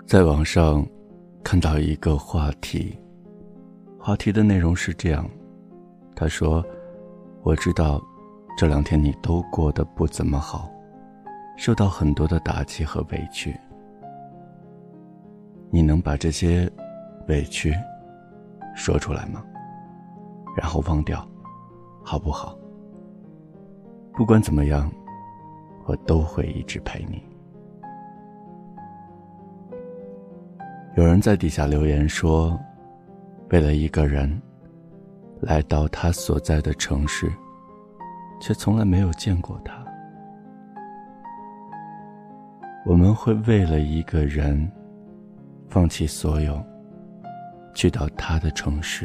在网上看到一个话题的内容是这样，他说，我知道这2天你都过得不怎么好，受到很多的打击和委屈，你能把这些委屈说出来吗？然后忘掉，好不好？不管怎么样，我都会一直陪你。有人在底下留言说，为了一个人来到他所在的城市，却从来没有见过他。我们会为了一个人放弃所有，去到他的城市，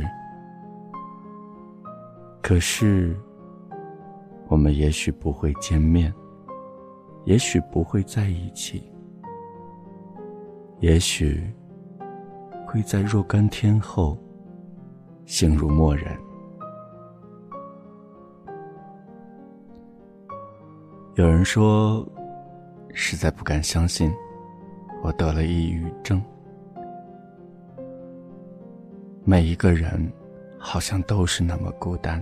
可是我们也许不会见面，也许不会在一起，也许会在若干天后陷入默认。有人说，实在不敢相信我得了抑郁症。每一个人好像都是那么孤单，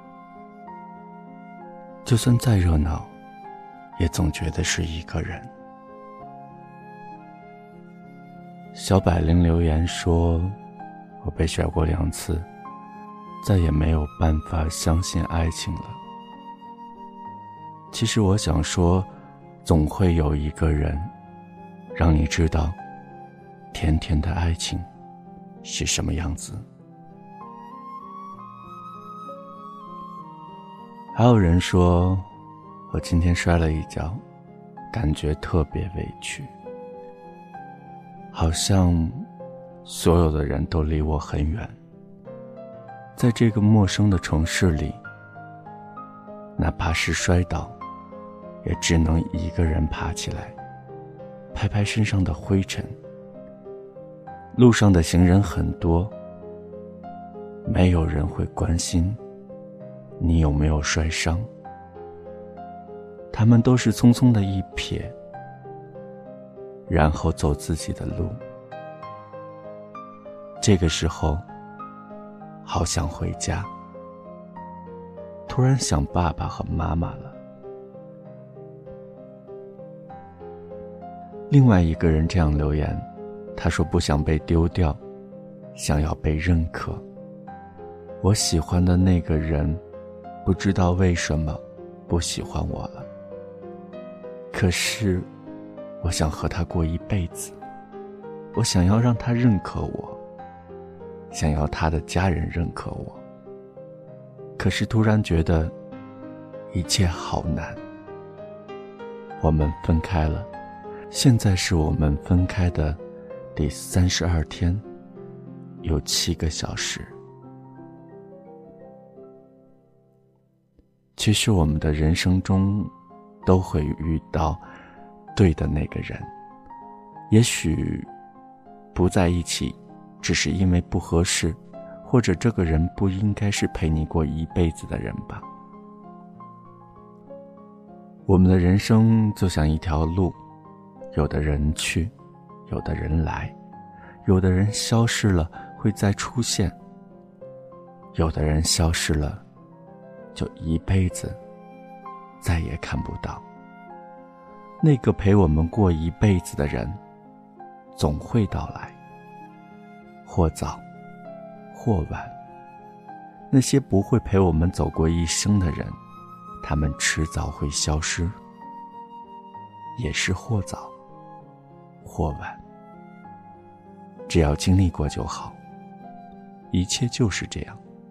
就算再热闹，也总觉得是一个人。小百灵留言说，我被甩过2次，再也没有办法相信爱情了。其实我想说，总会有一个人让你知道甜甜的爱情是什么样子。还有人说，我今天摔了一跤，感觉特别委屈，好像所有的人都离我很远，在这个陌生的城市里，哪怕是摔倒，也只能一个人爬起来，拍拍身上的灰尘。路上的行人很多，没有人会关心你有没有摔伤，他们都是匆匆的一瞥，然后走自己的路。这个时候，好想回家，突然想爸爸和妈妈了。另外一个人这样留言，他说不想被丢掉，想要被认可。我喜欢的那个人，不知道为什么不喜欢我了，可是我想和他过一辈子，我想要让他认可我，想要他的家人认可我，可是突然觉得一切好难。我们分开了，现在是我们分开的第32天有7个小时。其实我们的人生中都会遇到对的那个人，也许不在一起只是因为不合适，或者这个人不应该是陪你过一辈子的人吧。我们的人生就像一条路，有的人去，有的人来，有的人消失了会再出现，有的人消失了就一辈子再也看不到。那个陪我们过一辈子的人总会到来，或早或晚。那些不会陪我们走过一生的人，他们迟早会消失，也是或早或晚。只要经历过就好，一切就是这样。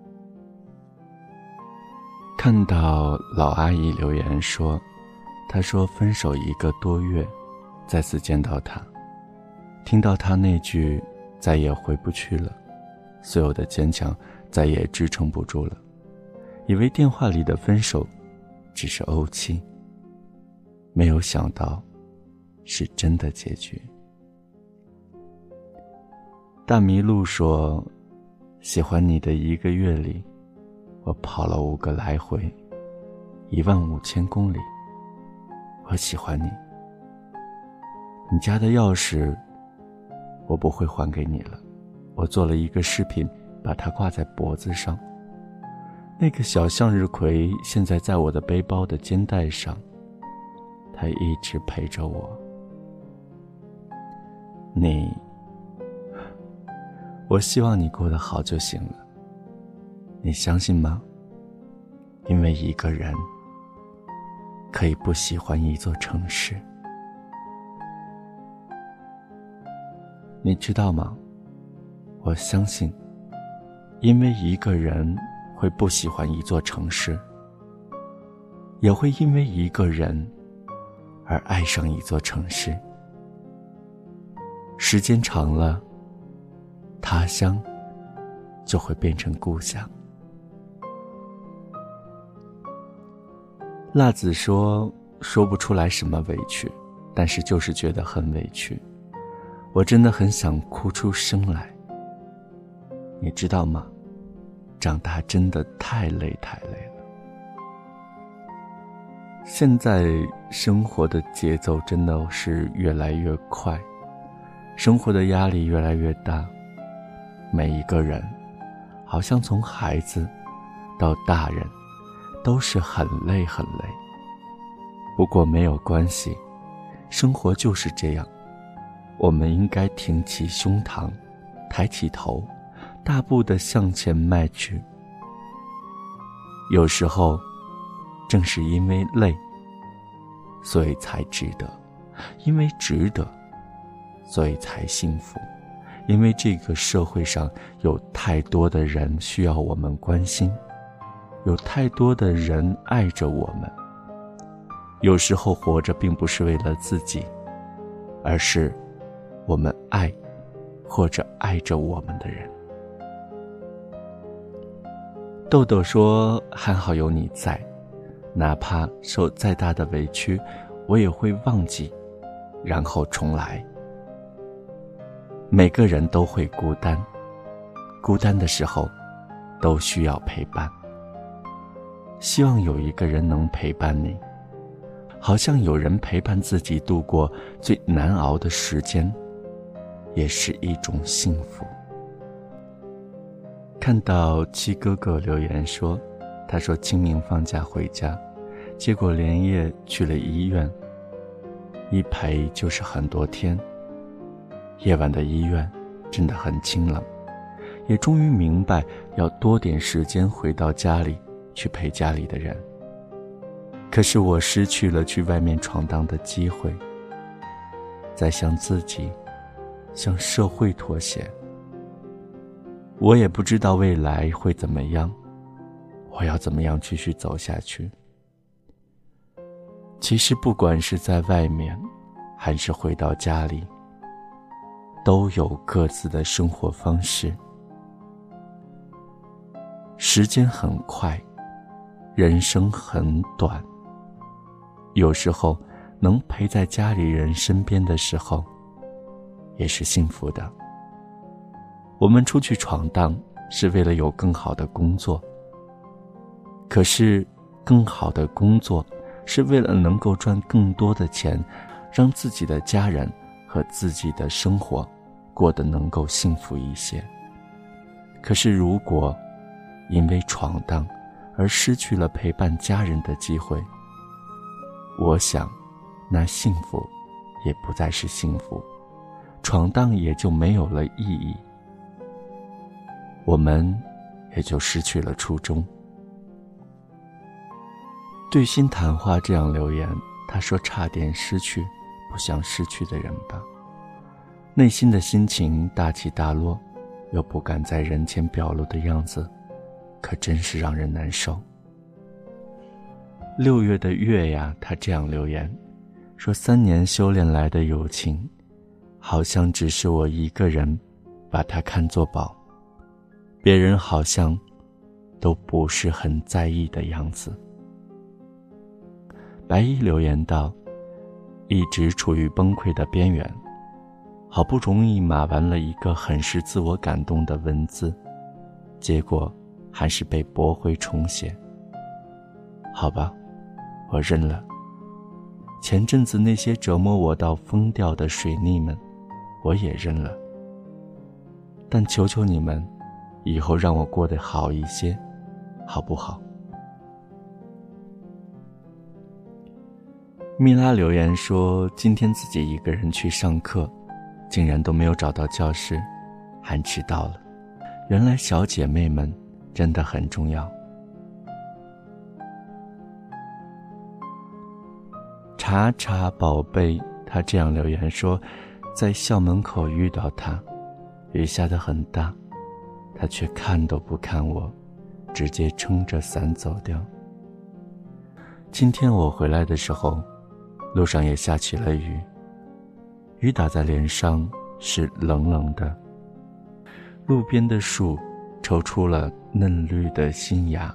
看到老阿姨留言说，她说分手1个多月，再次见到他，听到他那句再也回不去了，所有的坚强再也支撑不住了，以为电话里的分手只是怄气，没有想到是真的结局。大麋鹿说，喜欢你的1个月里，我跑了5个来回，15000公里。我喜欢你，你家的钥匙我不会还给你了。我做了一个饰品，把它挂在脖子上。那个小向日葵现在在我的背包的肩带上，它一直陪着我。我希望你过得好就行了。你相信吗？因为一个人可以不喜欢一座城市。你知道吗？我相信，因为一个人会不喜欢一座城市，也会因为一个人而爱上一座城市。时间长了，他乡就会变成故乡。辣子说不出来什么委屈，但是就是觉得很委屈。我真的很想哭出声来。你知道吗？长大真的太累了。现在生活的节奏真的是越来越快，生活的压力越来越大，每一个人好像从孩子到大人都是很累。不过没有关系，生活就是这样，我们应该挺起胸膛，抬起头，大步地向前迈去。有时候正是因为累，所以才值得，因为值得，所以才幸福。因为这个社会上有太多的人需要我们关心，有太多的人爱着我们。有时候活着并不是为了自己，而是我们爱或者爱着我们的人。豆豆说，还好有你在，哪怕受再大的委屈，我也会忘记，然后重来。每个人都会孤单，孤单的时候都需要陪伴。希望有一个人能陪伴你，好像有人陪伴自己度过最难熬的时间，也是一种幸福。看到七哥哥留言说，他说清明放假回家，结果连夜去了医院，一陪就是很多天。夜晚的医院真的很清冷，也终于明白要多点时间回到家里去陪家里的人。可是我失去了去外面闯荡的机会，在向自己向社会妥协。我也不知道未来会怎么样，我要怎么样继续走下去。其实不管是在外面还是回到家里，都有各自的生活方式。时间很快，人生很短，有时候能陪在家里人身边的时候也是幸福的。我们出去闯荡是为了有更好的工作，可是更好的工作是为了能够赚更多的钱，让自己的家人和自己的生活过得能够幸福一些。可是如果因为闯荡而失去了陪伴家人的机会，我想那幸福也不再是幸福，闯荡也就没有了意义，我们也就失去了初衷。对心谈话这样留言，他说差点失去不想失去的人吧，内心的心情大起大落，又不敢在人前表露的样子，可真是让人难受。6月的月呀，他这样留言说，3年修炼来的友情，好像只是我一个人把它看作宝，别人好像都不是很在意的样子。白衣留言道，一直处于崩溃的边缘，好不容易码完了一个很是自我感动的文字，结果还是被驳回重写。好吧，我认了。前阵子那些折磨我到疯掉的水逆们，我也认了。 但求求你们，以后让我过得好一些，好不好？蜜拉留言说，今天自己一个人去上课，竟然都没有找到教室，还迟到了。原来小姐妹们真的很重要。查查宝贝，他这样留言说，在校门口遇到他，雨下得很大，他却看都不看我，直接撑着伞走掉。今天我回来的时候，路上也下起了雨，雨打在脸上是冷冷的，路边的树抽出了嫩绿的新芽，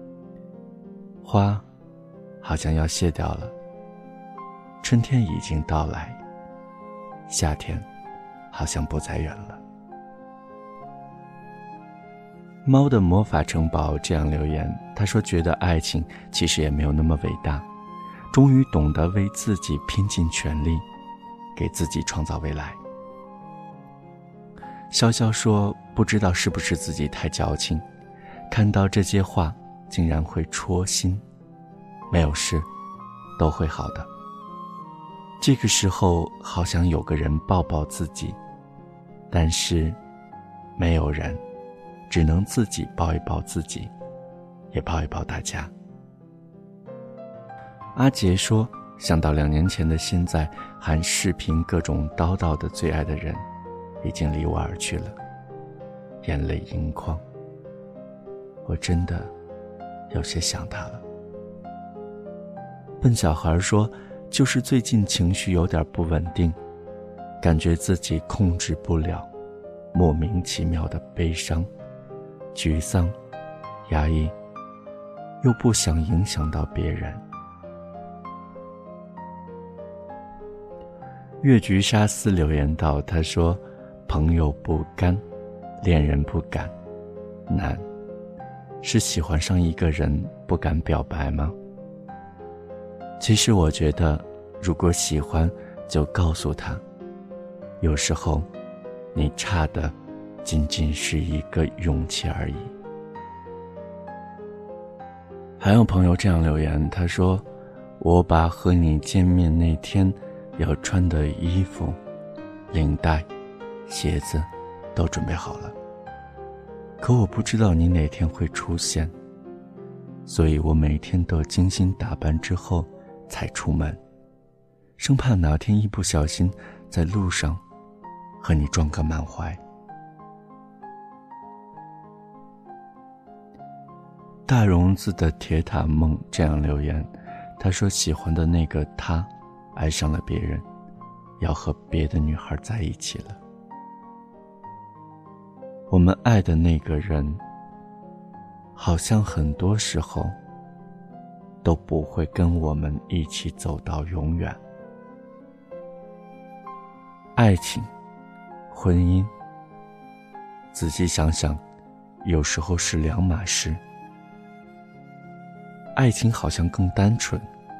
花好像要谢掉了，春天已经到来，夏天好像不再远了。猫的魔法城堡这样留言，他说觉得爱情其实也没有那么伟大，终于懂得为自己拼尽全力，给自己创造未来。潇潇说，不知道是不是自己太矫情，看到这些话竟然会戳心。没有事，都会好的。这个时候好想有个人抱抱自己，但是没有人，只能自己抱一抱自己，也抱一抱大家。阿杰说，想到2年前的现在，还视频各种叨叨的最爱的人已经离我而去了，眼泪盈眶，我真的有些想他了。笨小孩说，就是最近情绪有点不稳定，感觉自己控制不了，莫名其妙的悲伤、沮丧、压抑，又不想影响到别人。月菊沙司留言道，他说，朋友不甘，恋人不敢，难，是喜欢上一个人不敢表白吗？其实我觉得，如果喜欢就告诉他，有时候你差的仅仅是一个勇气而已。还有朋友这样留言，他说，我把和你见面那天要穿的衣服、领带、鞋子都准备好了，可我不知道你哪天会出现，所以我每天都精心打扮之后才出门，生怕哪天一不小心在路上和你撞个满怀。大荣子的铁塔梦这样留言，他说，喜欢的那个他爱上了别人，要和别的女孩在一起了。我们爱的那个人，好像很多时候都不会跟我们一起走到永远。爱情、婚姻，仔细想想，有时候是两码事。爱情好像更单纯，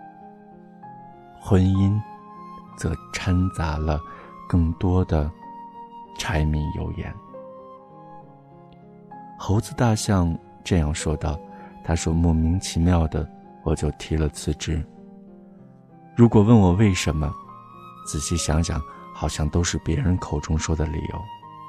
婚姻则掺杂了更多的柴米油盐。猴子大象这样说道，他说，莫名其妙的我就提了辞职。如果问我为什么，仔细想想，好像都是别人口中说的理由。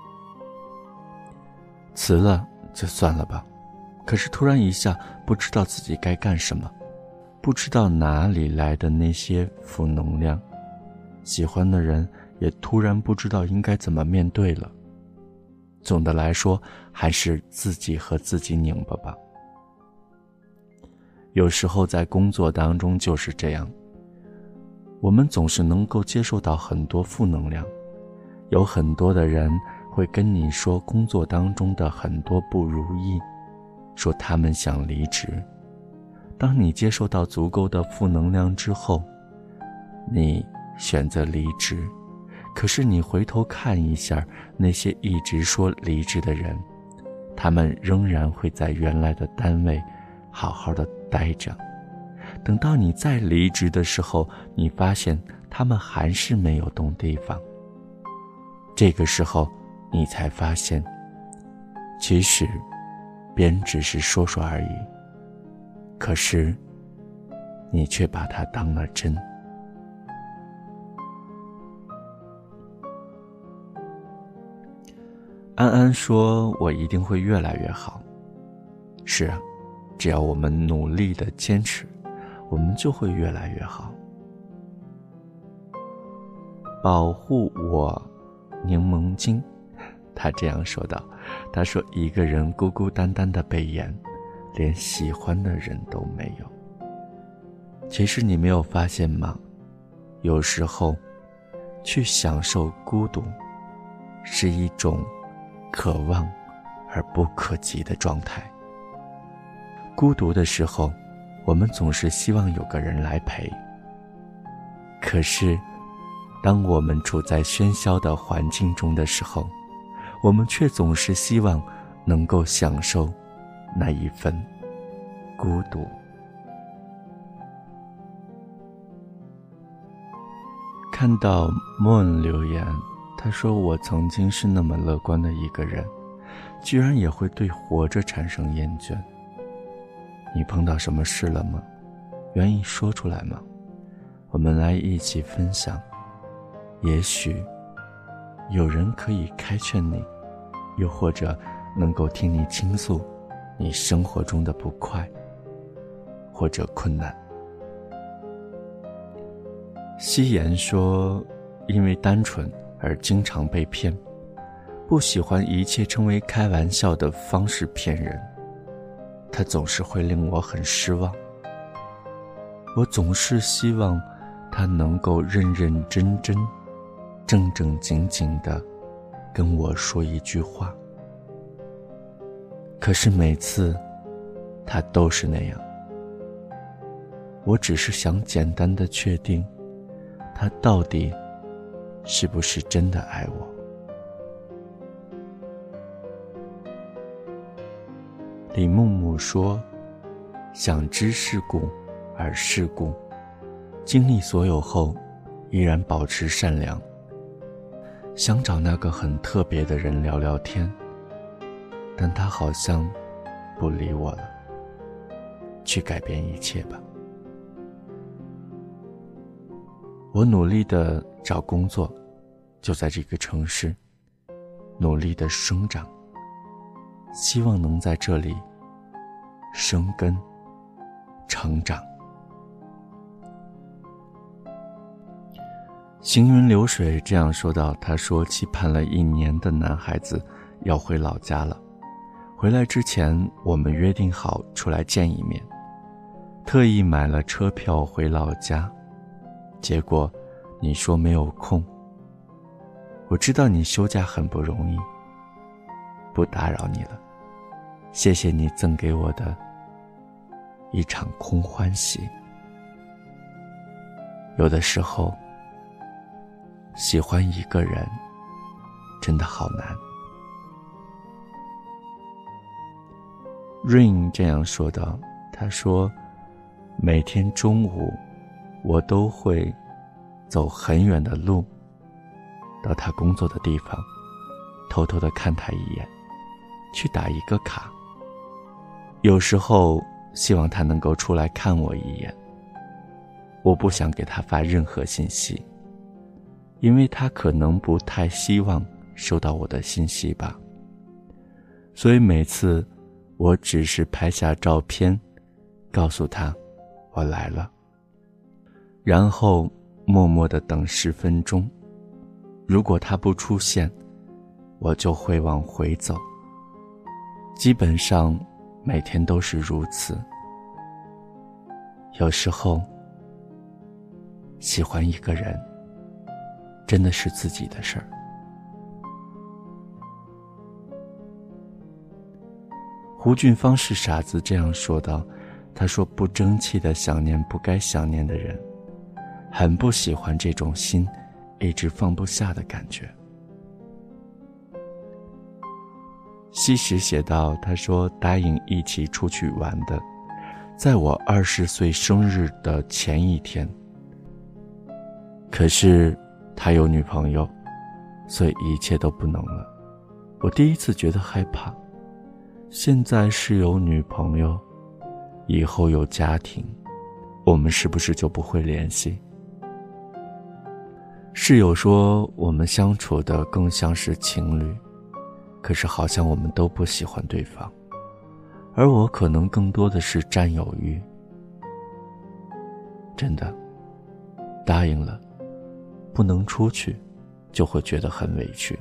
辞了就算了吧，可是突然一下不知道自己该干什么，不知道哪里来的那些负能量，喜欢的人也突然不知道应该怎么面对了。总的来说，还是自己和自己拧巴吧。有时候在工作当中就是这样，我们总是能够接受到很多负能量，有很多的人会跟你说工作当中的很多不如意，说他们想离职。当你接受到足够的负能量之后，你选择离职，可是你回头看一下那些一直说离职的人，他们仍然会在原来的单位好好的待着。等到你再离职的时候，你发现他们还是没有动地方。这个时候你才发现，其实别人只是说说而已，可是你却把它当了真。安安说，我一定会越来越好。是啊，只要我们努力的坚持，我们就会越来越好。保护我柠檬精，他这样说道，他说一个人孤孤单单的被演，连喜欢的人都没有。其实你没有发现吗？有时候去享受孤独是一种可望而不可及的状态。孤独的时候，我们总是希望有个人来陪，可是当我们处在喧嚣的环境中的时候，我们却总是希望能够享受那一份孤独。看到 Moon 留言，他说，我曾经是那么乐观的一个人，居然也会对活着产生厌倦。你碰到什么事了吗？愿意说出来吗？我们来一起分享，也许有人可以开劝你，又或者能够听你倾诉你生活中的不快或者困难。夕颜说，因为单纯而经常被骗，不喜欢一切称为开玩笑的方式骗人，它总是会令我很失望。我总是希望他能够认认真真、正正经经地跟我说一句话，可是每次他都是那样。我只是想简单地确定他到底是不是真的爱我。李木木说，想知世故而世故，经历所有后依然保持善良，想找那个很特别的人聊聊天，但他好像不理我了。去改变一切吧。我努力地找工作，就在这个城市，努力地生长，希望能在这里生根成长。行云流水这样说道，他说期盼了1年的男孩子要回老家了，回来之前我们约定好出来见一面，特意买了车票回老家，结果你说没有空。我知道你休假很不容易，不打扰你了，谢谢你赠给我的一场空欢喜。有的时候喜欢一个人真的好难。 Rain 这样说道，他说每天中午我都会走很远的路到他工作的地方，偷偷地看他一眼，去打一个卡。有时候希望他能够出来看我一眼，我不想给他发任何信息，因为他可能不太希望收到我的信息吧。所以每次我只是拍下照片，告诉他我来了，然后默默地等10分钟。如果他不出现，我就会往回走。基本上每天都是如此。有时候喜欢一个人真的是自己的事儿。胡俊芳是傻子这样说道，他说不争气的想念不该想念的人，很不喜欢这种心一直放不下的感觉。西石写道，他说答应一起出去玩的，在我20岁生日的前一天，可是他有女朋友，所以一切都不能了。 我第一次觉得害怕。现在是有女朋友，以后有家庭，我们是不是就不会联系？室友说我们相处的更像是情侣，可是好像我们都不喜欢对方，而我可能更多的是占有欲。真的，答应了，不能出去，就会觉得很委屈。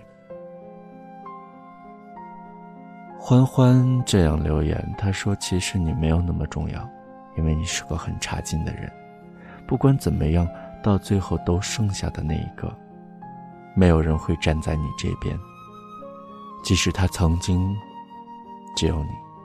欢欢这样留言，他说其实你没有那么重要，因为你是个很差劲的人，不管怎么样，到最后都剩下的那一个，没有人会站在你这边，即使他曾经只有你。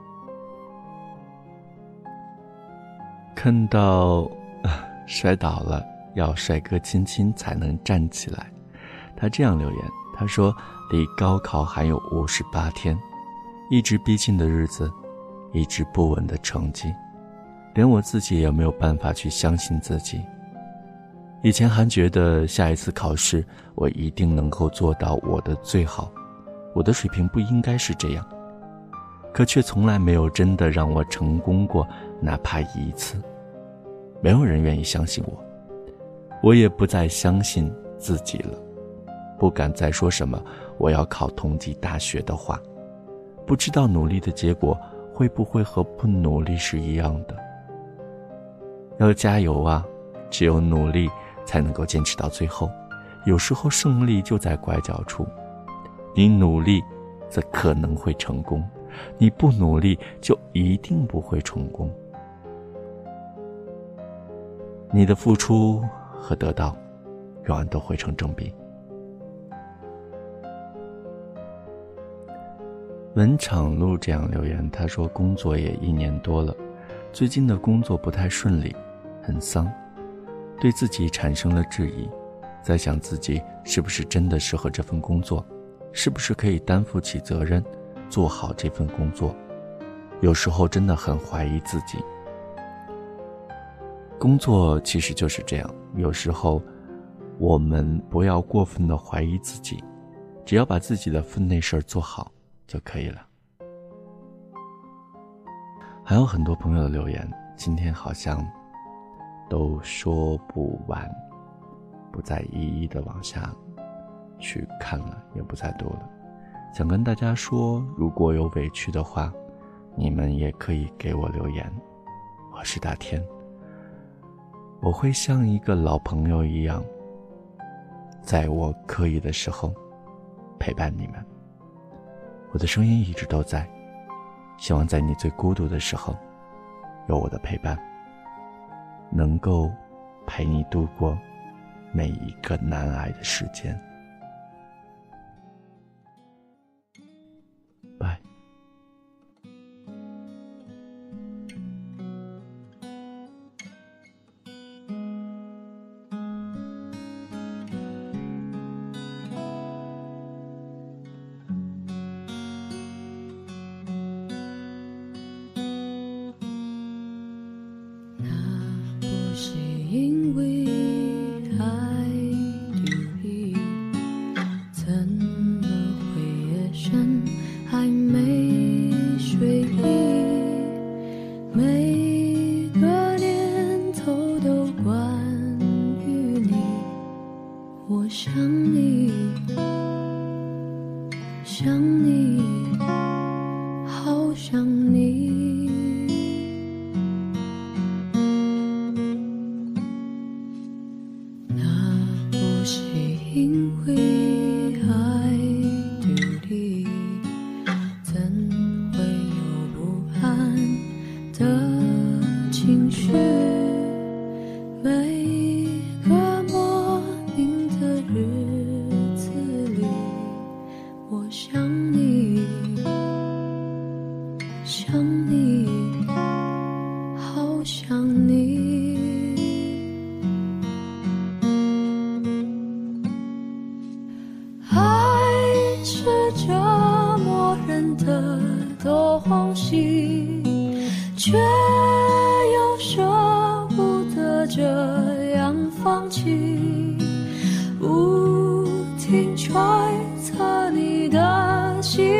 看到摔倒了要帅哥亲亲才能站起来，他这样留言，他说离高考还有58天，一直逼近的日子，一直不稳的成绩，连我自己也没有办法去相信自己。以前还觉得下一次考试我一定能够做到我的最好，我的水平不应该是这样，可却从来没有真的让我成功过，哪怕一次。没有人愿意相信我，我也不再相信自己了，不敢再说什么我要考同济大学的话，不知道努力的结果会不会和不努力是一样的。要加油啊，只有努力才能够坚持到最后，有时候胜利就在拐角处，你努力则可能会成功，你不努力就一定不会成功。你的付出和得到永远都会成正比。文场路这样留言，他说工作也1年多了，最近的工作不太顺利，很丧，对自己产生了质疑，在想自己是不是真的适合这份工作，是不是可以担负起责任，做好这份工作。有时候真的很怀疑自己。工作其实就是这样，有时候我们不要过分的怀疑自己，只要把自己的分内事儿做好就可以了。还有很多朋友的留言，今天好像都说不完，不再一一的往下去看了，也不再读了。想跟大家说，如果有委屈的话，你们也可以给我留言。我是大天，我会像一个老朋友一样，在我可以的时候陪伴你们。我的声音一直都在，希望在你最孤独的时候有我的陪伴，能够陪你度过每一个难挨的时间。拜。 因为爱丢离，怎么会夜深还没睡意？每个念头都关于你，我想你，想你，好想你。因为爱丢离，怎会有不安的情绪？每个莫名的日子里，我想你，想你，好想你。东西，却又舍不得这样放弃，不停揣测你的心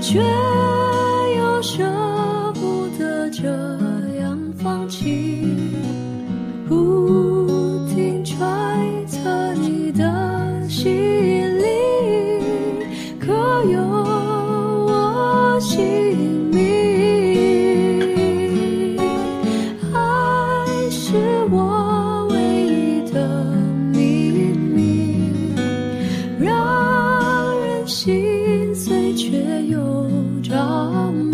却又舍不得这样放弃，不停揣测你的心里可有我姓名。爱是我唯一的秘密，让人心碎却又着迷。